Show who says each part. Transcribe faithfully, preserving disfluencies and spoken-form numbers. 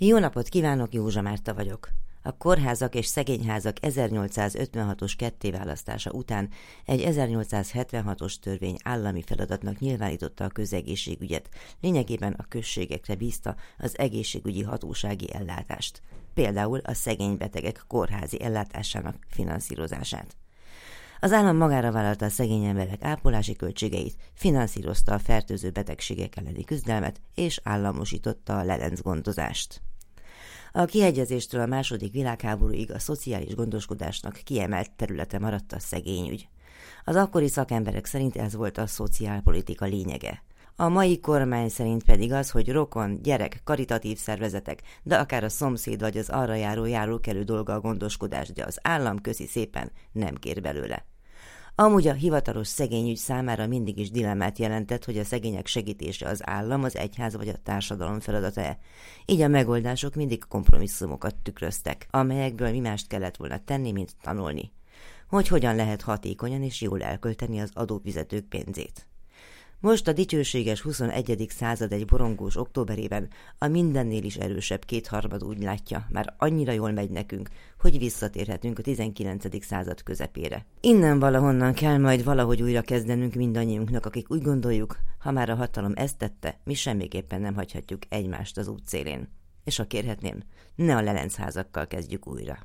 Speaker 1: Jó napot kívánok, Józsa Márta vagyok. A kórházak és szegényházak ezernyolcszázötvenhatos kettéválasztása után egy ezernyolcszázhetvenhatos törvény állami feladatnak nyilvánította a közegészségügyet, lényegében a községekre bízta az egészségügyi hatósági ellátást, például a szegény betegek kórházi ellátásának finanszírozását. Az állam magára vállalta a szegény emberek ápolási költségeit, finanszírozta a fertőző betegségek elleni küzdelmet és államosította a lelencgondozást. A kiegyezéstől a második világháborúig a szociális gondoskodásnak kiemelt területe maradt a szegényügy. Az akkori szakemberek szerint ez volt a szociálpolitika lényege. A mai kormány szerint pedig az, hogy rokon, gyerek, karitatív szervezetek, de akár a szomszéd vagy az arra járó járókelő dolga a gondoskodás, de az állam köszi szépen nem kér belőle. Amúgy a hivatalos szegényügy számára mindig is dilemmát jelentett, hogy a szegények segítése az állam, az egyház vagy a társadalom feladata-e. Így a megoldások mindig kompromisszumokat tükröztek, amelyekből mi mást kellett volna tenni, mint tanulni. Hogy hogyan lehet hatékonyan és jól elkölteni az adófizetők pénzét. Most a dicsőséges huszonegyedik század egy borongós októberében a mindennél is erősebb kétharmad úgy látja, már annyira jól megy nekünk, hogy visszatérhetünk a tizenkilencedik század közepére. Innen valahonnan kell majd valahogy újra kezdenünk mindannyiunknak, akik úgy gondoljuk, ha már a hatalom ezt tette, mi semmiképpen nem hagyhatjuk egymást az útszélén. És ha kérhetném, ne a lelencházakkal kezdjük újra.